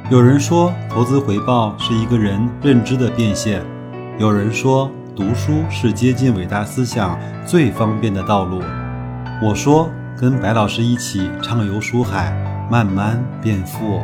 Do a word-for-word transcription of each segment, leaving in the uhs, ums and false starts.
有人说，投资回报是一个人认知的变现；有人说，读书是接近伟大思想最方便的道路。我说，跟白老师一起畅游书海，慢慢变富。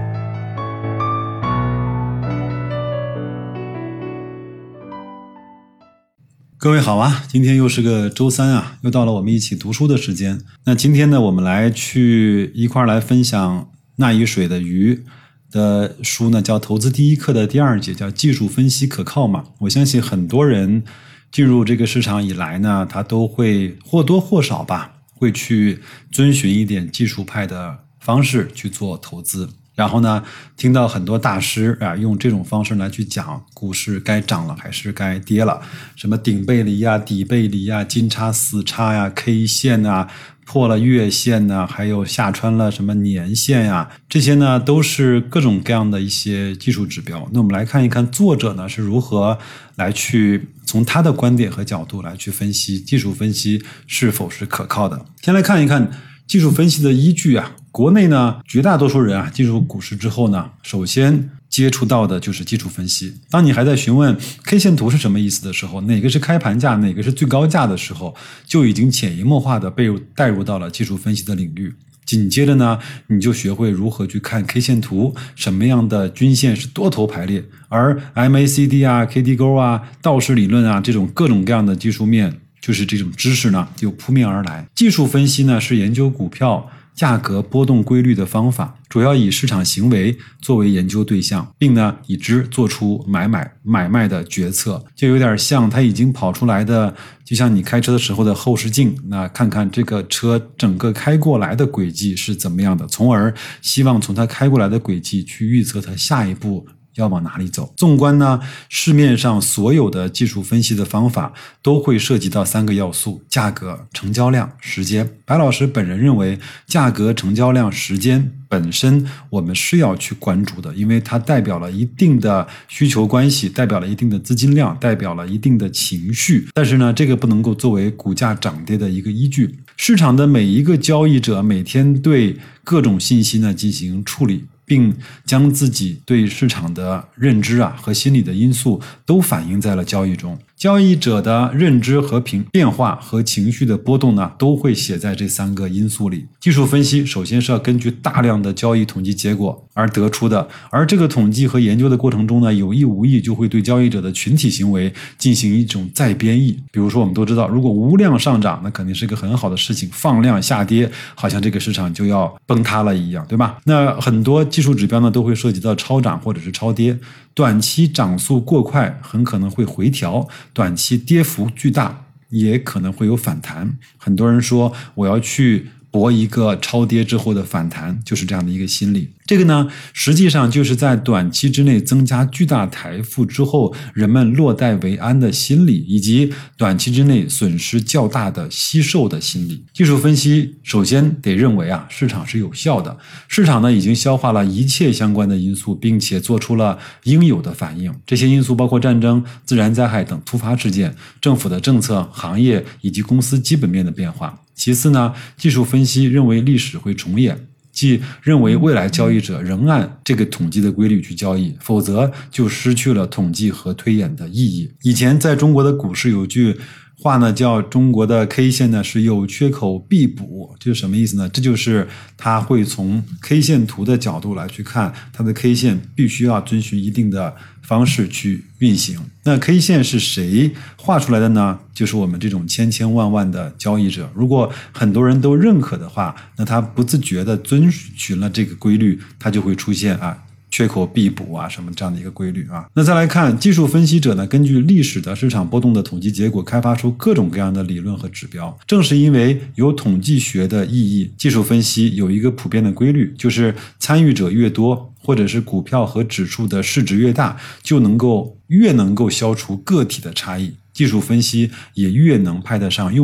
各位好啊，今天又是个周三啊，又到了我们一起读书的时间。那今天呢，我们来去一块来分享那一水的鱼的书呢，叫《投资第一课》的第二节，叫技术分析可靠吗？我相信很多人进入这个市场以来呢，他都会或多或少吧，会去遵循一点技术派的方式去做投资。然后呢，听到很多大师啊用这种方式来去讲股市该涨了还是该跌了，什么顶背离啊、底背离啊、金叉死叉呀、K 线啊、破了月线啊，还有下穿了什么年线呀、啊，这些呢都是各种各样的一些技术指标。那我们来看一看作者呢是如何来去从他的观点和角度来去分析技术分析是否是可靠的。先来看一看技术分析的依据啊。国内呢，绝大多数人啊进入股市之后呢，首先接触到的就是技术分析。当你还在询问 K 线图是什么意思的时候，哪个是开盘价，哪个是最高价的时候，就已经潜移默化的被带入到了技术分析的领域。紧接着呢，你就学会如何去看 K 线图，什么样的均线是多头排列，而 M A C D 啊、K D 钩啊、道氏理论啊这种各种各样的技术面，就是这种知识呢就扑面而来。技术分析呢是研究股票价格波动规律的方法，主要以市场行为作为研究对象，并呢以之做出买买买卖的决策，就有点像它已经跑出来的，就像你开车的时候的后视镜，那看看这个车整个开过来的轨迹是怎么样的，从而希望从它开过来的轨迹去预测它下一步要往哪里走。纵观呢，市面上所有的技术分析的方法都会涉及到三个要素：价格、成交量、时间。白老师本人认为，价格、成交量、时间本身我们是要去关注的，因为它代表了一定的需求关系，代表了一定的资金量，代表了一定的情绪。但是呢，这个不能够作为股价涨跌的一个依据。市场的每一个交易者每天对各种信息呢进行处理，并将自己对市场的认知啊和心理的因素都反映在了交易中。交易者的认知和变化和情绪的波动呢，都会写在这三个因素里。技术分析首先是要根据大量的交易统计结果而得出的，而这个统计和研究的过程中呢，有意无意就会对交易者的群体行为进行一种再编译。比如说我们都知道，如果无量上涨，那肯定是一个很好的事情，放量下跌，好像这个市场就要崩塌了一样，对吧？那很多技术指标呢都会涉及到超涨或者是超跌，短期涨速过快很可能会回调，短期跌幅巨大也可能会有反弹。很多人说我要去搏一个超跌之后的反弹，就是这样的一个心理。这个呢，实际上就是在短期之内增加巨大财富之后，人们落袋为安的心理，以及短期之内损失较大的惜售的心理。技术分析首先得认为啊，市场是有效的，市场呢已经消化了一切相关的因素，并且做出了应有的反应。这些因素包括战争、自然灾害等突发事件、政府的政策、行业以及公司基本面的变化。其次呢，技术分析认为历史会重演，即认为未来交易者仍按这个统计的规律去交易，否则就失去了统计和推演的意义。以前在中国的股市有句话呢，叫中国的 K 线呢是有缺口必补，这是什么意思呢？这就是它会从 K 线图的角度来去看，它的 K 线必须要遵循一定的方式去运行。那 K 线是谁画出来的呢？就是我们这种千千万万的交易者。如果很多人都认可的话，那他不自觉地遵循了这个规律，它就会出现啊缺口必补啊什么这样的一个规律啊。那再来看技术分析者呢，根据历史的市场波动的统计结果，开发出各种各样的理论和指标。正是因为有统计学的意义，技术分析有一个普遍的规律，就是参与者越多，或者是股票和指数的市值越大，就能够越能够消除个体的差异，技术分析也越能派得上用场。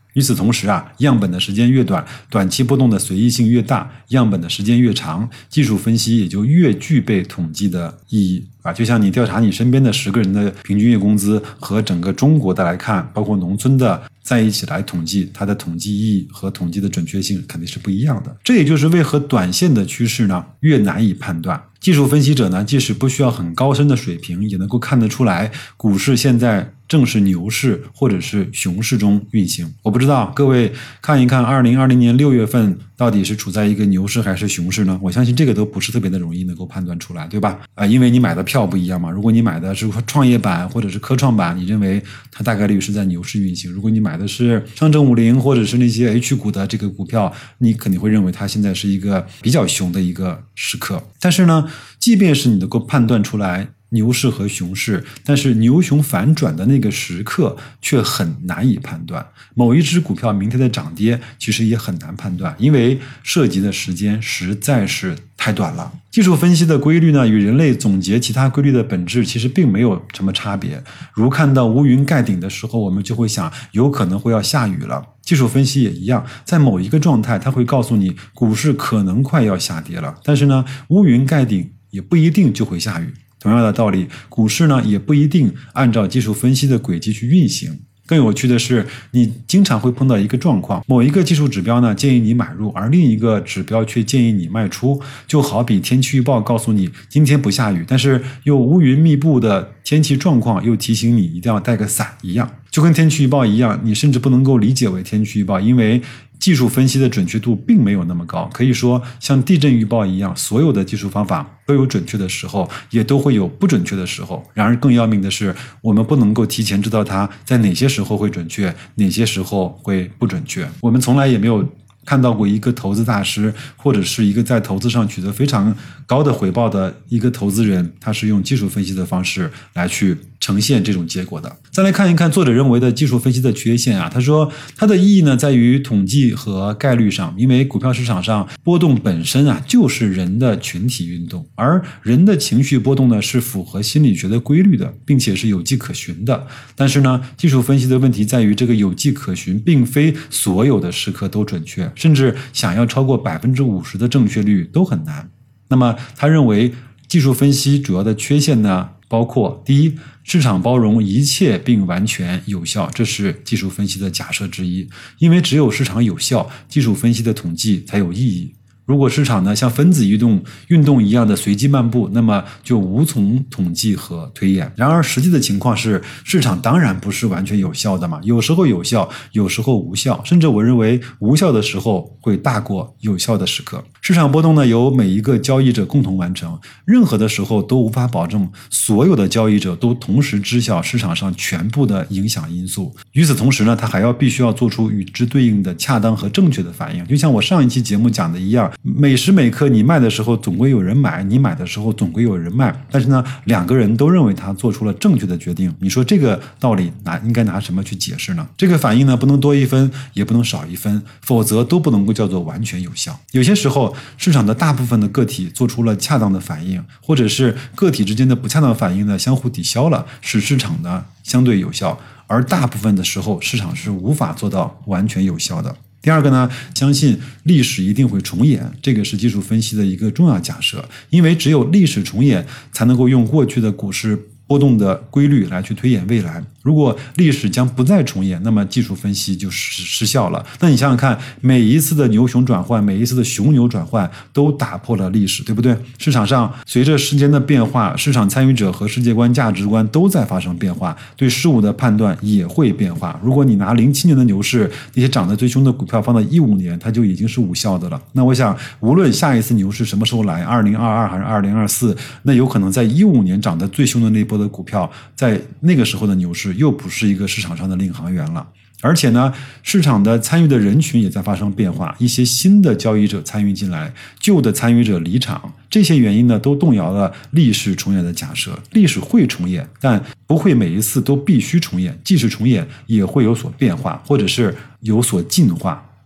与此同时啊，样本的时间越短，短期波动的随意性越大，样本的时间越长，技术分析也就越具备统计的意义啊。就像你调查你身边的十个人的平均月工资和整个中国的来看，包括农村的在一起来统计，它的统计意义和统计的准确性肯定是不一样的。这也就是为何短线的趋势呢越难以判断。技术分析者呢，即使不需要很高深的水平，也能够看得出来股市现在正是牛市或者是熊市中运行。我不知道各位看一看二零二零年六月份到底是处在一个牛市还是熊市呢？我相信这个都不是特别的容易能够判断出来，对吧？啊、呃，因为你买的票不一样嘛。如果你买的是创业板或者是科创板，你认为它大概率是在牛市运行；如果你买的是上证五零或者是那些 H 股的这个股票，你肯定会认为它现在是一个比较熊的一个时刻。但是呢，即便是你能够判断出来牛市和熊市，但是牛熊反转的那个时刻却很难以判断。某一只股票明天的涨跌其实也很难判断，因为涉及的时间实在是太短了。技术分析的规律呢，与人类总结其他规律的本质其实并没有什么差别。如看到乌云盖顶的时候，我们就会想有可能会要下雨了。技术分析也一样，在某一个状态它会告诉你股市可能快要下跌了，但是呢，乌云盖顶也不一定就会下雨。同样的道理，股市呢也不一定按照技术分析的轨迹去运行。更有趣的是，你经常会碰到一个状况，某一个技术指标呢建议你买入，而另一个指标却建议你卖出。就好比天气预报告诉你今天不下雨，但是又乌云密布的天气状况又提醒你一定要带个伞一样。就跟天气预报一样，你甚至不能够理解为天气预报，因为技术分析的准确度并没有那么高。可以说像地震预报一样，所有的技术方法都有准确的时候，也都会有不准确的时候。然而更要命的是，我们不能够提前知道它在哪些时候会准确，哪些时候会不准确。我们从来也没有看到过一个投资大师，或者是一个在投资上取得非常高的回报的一个投资人，他是用技术分析的方式来去呈现这种结果的。再来看一看作者认为的技术分析的缺陷啊，他说它的意义呢在于统计和概率上，因为股票市场上波动本身啊就是人的群体运动，而人的情绪波动呢是符合心理学的规律的，并且是有迹可循的。但是呢，技术分析的问题在于这个有迹可循并非所有的时刻都准确，甚至想要超过 百分之五十 的正确率都很难。那么他认为技术分析主要的缺陷呢包括第一，市场包容一切并完全有效，这是技术分析的假设之一。因为只有市场有效，技术分析的统计才有意义。如果市场呢像分子运动运动一样的随机漫步，那么就无从统计和推演。然而实际的情况是，市场当然不是完全有效的嘛，有时候有效，有时候无效，甚至我认为无效的时候会大过有效的时刻。市场波动呢由每一个交易者共同完成，任何的时候都无法保证所有的交易者都同时知晓市场上全部的影响因素。与此同时呢，他还要必须要做出与之对应的恰当和正确的反应。就像我上一期节目讲的一样，每时每刻你卖的时候总归有人买，你买的时候总归有人卖，但是呢两个人都认为他做出了正确的决定，你说这个道理拿应该拿什么去解释呢？这个反应呢不能多一分也不能少一分，否则都不能够叫做完全有效。有些时候市场的大部分的个体做出了恰当的反应，或者是个体之间的不恰当反应呢相互抵消了，使市场呢相对有效，而大部分的时候市场是无法做到完全有效的。第二个呢，相信历史一定会重演，这个是技术分析的一个重要假设，因为只有历史重演才能够用过去的股市波动的规律来去推演未来。如果历史将不再重演，那么技术分析就失失效了。那你想想看，每一次的牛熊转换，每一次的熊牛转换都打破了历史，对不对？市场上随着时间的变化，市场参与者和世界观价值观都在发生变化，对事物的判断也会变化。如果你拿零七年的牛市那些涨得最凶的股票放到一五年，它就已经是无效的了。那我想无论下一次牛市什么时候来，二零二二还是二零二四，那有可能在一五年涨得最凶的那波的股票，在那个时候的牛市又不是一个市场上的领航员了。而且呢，市场的参与的人群也在发生变化，一些新的交易者参与进来，旧的参与者离场，这些原因呢都动摇了历史重演的假设。历史会重演，但不会每一次都必须重演，即使重演也会有所变化，或者是有所进化。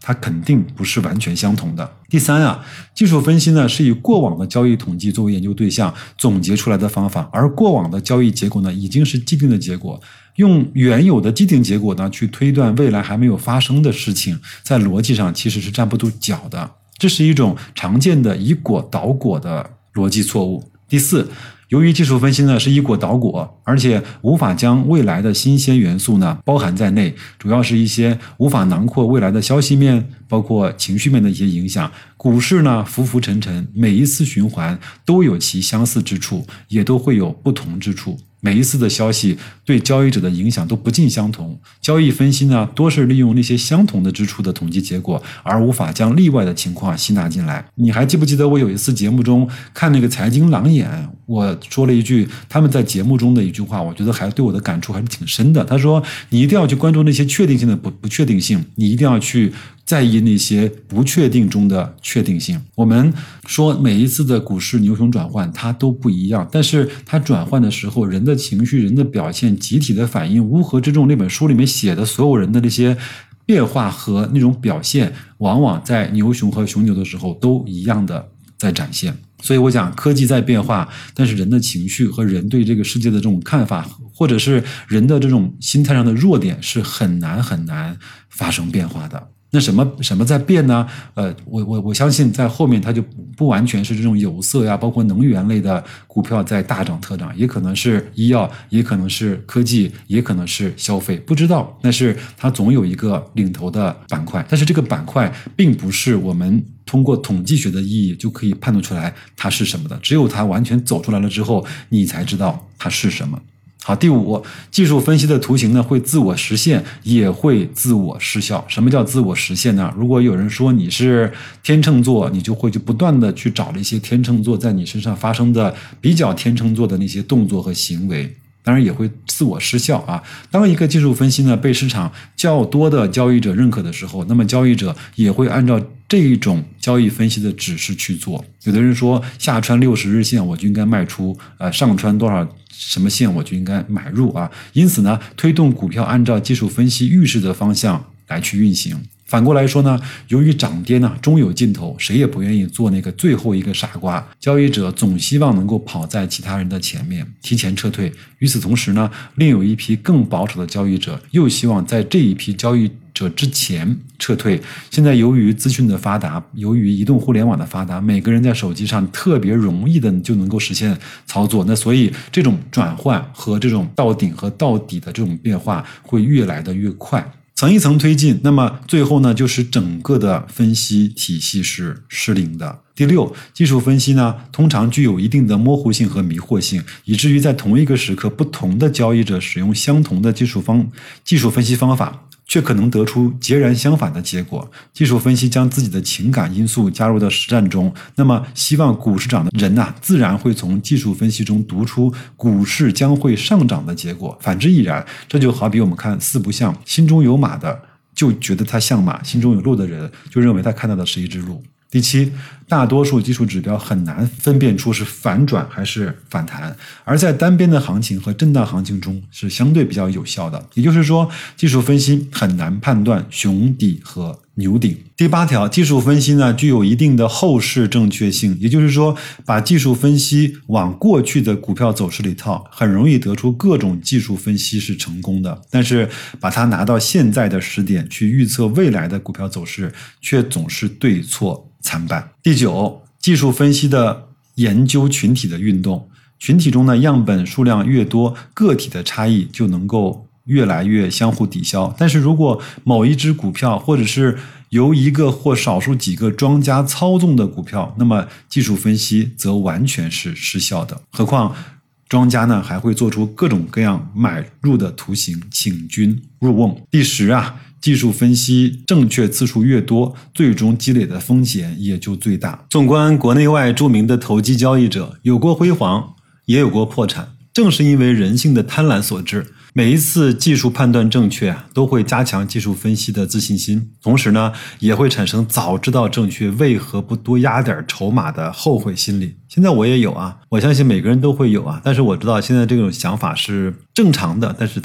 它肯定不是完全相同的。第三啊，技术分析呢是以过往的交易统计作为研究对象总结出来的方法，而过往的交易结果呢已经是既定的结果，用原有的既定结果呢去推断未来还没有发生的事情，在逻辑上其实是站不住脚的，这是一种常见的以果导果的逻辑错误。第四，由于技术分析呢是以果导果，而且无法将未来的新鲜元素呢包含在内，主要是一些无法囊括未来的消息面，包括情绪面的一些影响。股市呢浮浮沉沉，每一次循环都有其相似之处，也都会有不同之处。每一次的消息对交易者的影响都不尽相同，交易分析呢多是利用那些相同的之处的统计结果，而无法将例外的情况吸纳进来。你还记不记得我有一次节目中看那个财经狼眼，我说了一句他们在节目中的一句话，我觉得还对我的感触还是挺深的。他说你一定要去关注那些确定性的不不确定性，你一定要去在意那些不确定中的确定性。我们说每一次的股市牛熊转换它都不一样，但是它转换的时候人的情绪、人的表现、集体的反应、乌合之众那本书里面写的所有人的那些变化和那种表现，往往在牛熊和熊牛的时候都一样的在展现。所以我讲科技在变化，但是人的情绪和人对这个世界的这种看法，或者是人的这种心态上的弱点是很难很难发生变化的。那什么什么在变呢？呃，我我我相信在后面它就不完全是这种有色呀，包括能源类的股票在大涨特涨，也可能是医药，也可能是科技，也可能是消费，不知道。但是它总有一个领头的板块，但是这个板块并不是我们通过统计学的意义就可以判断出来它是什么的，只有它完全走出来了之后，你才知道它是什么。好，第五，技术分析的图形呢会自我实现，也会自我失效。什么叫自我实现呢？如果有人说你是天秤座，你就会去不断的去找了一些天秤座在你身上发生的比较天秤座的那些动作和行为。当然也会自我失效啊。当一个技术分析呢被市场较多的交易者认可的时候，那么交易者也会按照这一种交易分析的指示去做。有的人说下穿六十日线我就应该卖出，呃，上穿多少什么线我就应该买入啊。因此呢，推动股票按照技术分析预示的方向来去运行。反过来说呢，由于涨跌呢终有尽头，谁也不愿意做那个最后一个傻瓜。交易者总希望能够跑在其他人的前面，提前撤退。与此同时呢，另有一批更保守的交易者又希望在这一批交易者之前撤退。现在由于资讯的发达，由于移动互联网的发达，每个人在手机上特别容易的就能够实现操作，那所以这种转换和这种到顶和到底的这种变化会越来的越快。层一层推进，那么最后呢，就是整个的分析体系是失灵的。第六，技术分析呢，通常具有一定的模糊性和迷惑性，以至于在同一个时刻，不同的交易者使用相同的技术方技术分析方法，却可能得出截然相反的结果。技术分析将自己的情感因素加入到实战中，那么希望股市涨的人呐、啊，自然会从技术分析中读出股市将会上涨的结果。反之亦然。这就好比我们看四不像，心中有马的就觉得它像马，心中有鹿的人就认为他看到的是一只鹿。第七，大多数技术指标很难分辨出是反转还是反弹，而在单边的行情和震荡行情中是相对比较有效的。也就是说，技术分析很难判断熊底和牛顶。第八条，技术分析呢具有一定的后市正确性，也就是说，把技术分析往过去的股票走势里套，很容易得出各种技术分析是成功的，但是把它拿到现在的时点去预测未来的股票走势，却总是对错参半。第九，技术分析的研究群体的运动，群体中的样本数量越多，个体的差异就能够越来越相互抵消。但是如果某一只股票或者是由一个或少数几个庄家操纵的股票，那么技术分析则完全是失效的。何况庄家呢还会做出各种各样买入的图形，请君入瓮。第十啊，技术分析正确次数越多，最终积累的风险也就最大。纵观国内外著名的投机交易者，有过辉煌，也有过破产，正是因为人性的贪婪所致。每一次技术判断正确啊，都会加强技术分析的自信心，同时呢，也会产生早知道正确为何不多压点筹码的后悔心理。现在我也有啊，我相信每个人都会有啊，但是我知道现在这种想法是正常的，但是它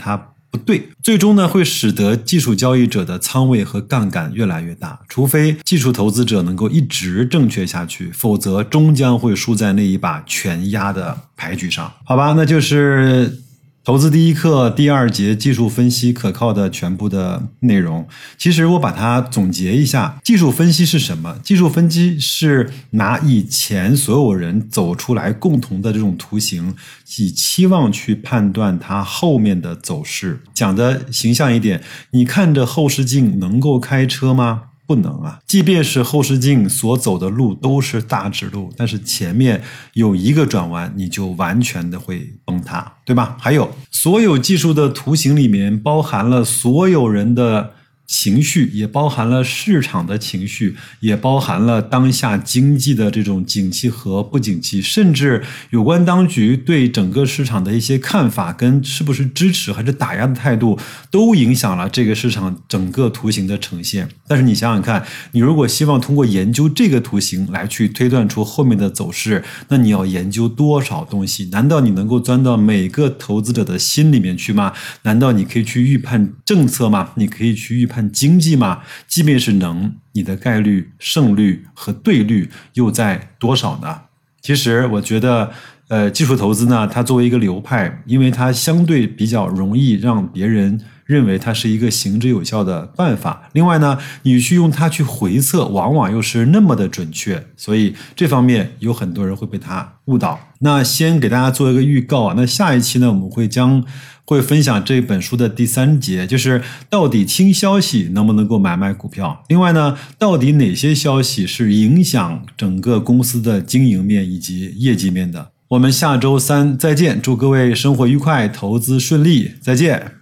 不对，最终呢会使得技术交易者的仓位和杠杆越来越大，除非技术投资者能够一直正确下去，否则终将会输在那一把全压的牌局上。好吧，那就是投资第一课第二节技术分析可靠的全部的内容。其实我把它总结一下，技术分析是什么？技术分析是拿以前所有人走出来共同的这种图形，以期望去判断它后面的走势。讲的形象一点，你看着后视镜能够开车吗？不能啊，即便是后视镜所走的路都是大直路，但是前面有一个转弯，你就完全的会崩塌，对吧？还有，所有技术的图形里面包含了所有人的情绪，也包含了市场的情绪，也包含了当下经济的这种景气和不景气，甚至有关当局对整个市场的一些看法跟是不是支持还是打压的态度，都影响了这个市场整个图形的呈现。但是你想想看，你如果希望通过研究这个图形来去推断出后面的走势，那你要研究多少东西？难道你能够钻到每个投资者的心里面去吗？难道你可以去预判政策吗？你可以去预判经济吗？即便是能，你的概率、胜率和对率又在多少呢？其实我觉得呃，技术投资呢，它作为一个流派，因为它相对比较容易让别人认为它是一个行之有效的办法。另外呢，你去用它去回测，往往又是那么的准确，所以这方面有很多人会被它误导。那先给大家做一个预告啊，那下一期呢，我们会将会分享这本书的第三节，就是到底听消息能不能够买卖股票。另外呢，到底哪些消息是影响整个公司的经营面以及业绩面的。我们下周三再见，祝各位生活愉快，投资顺利，再见。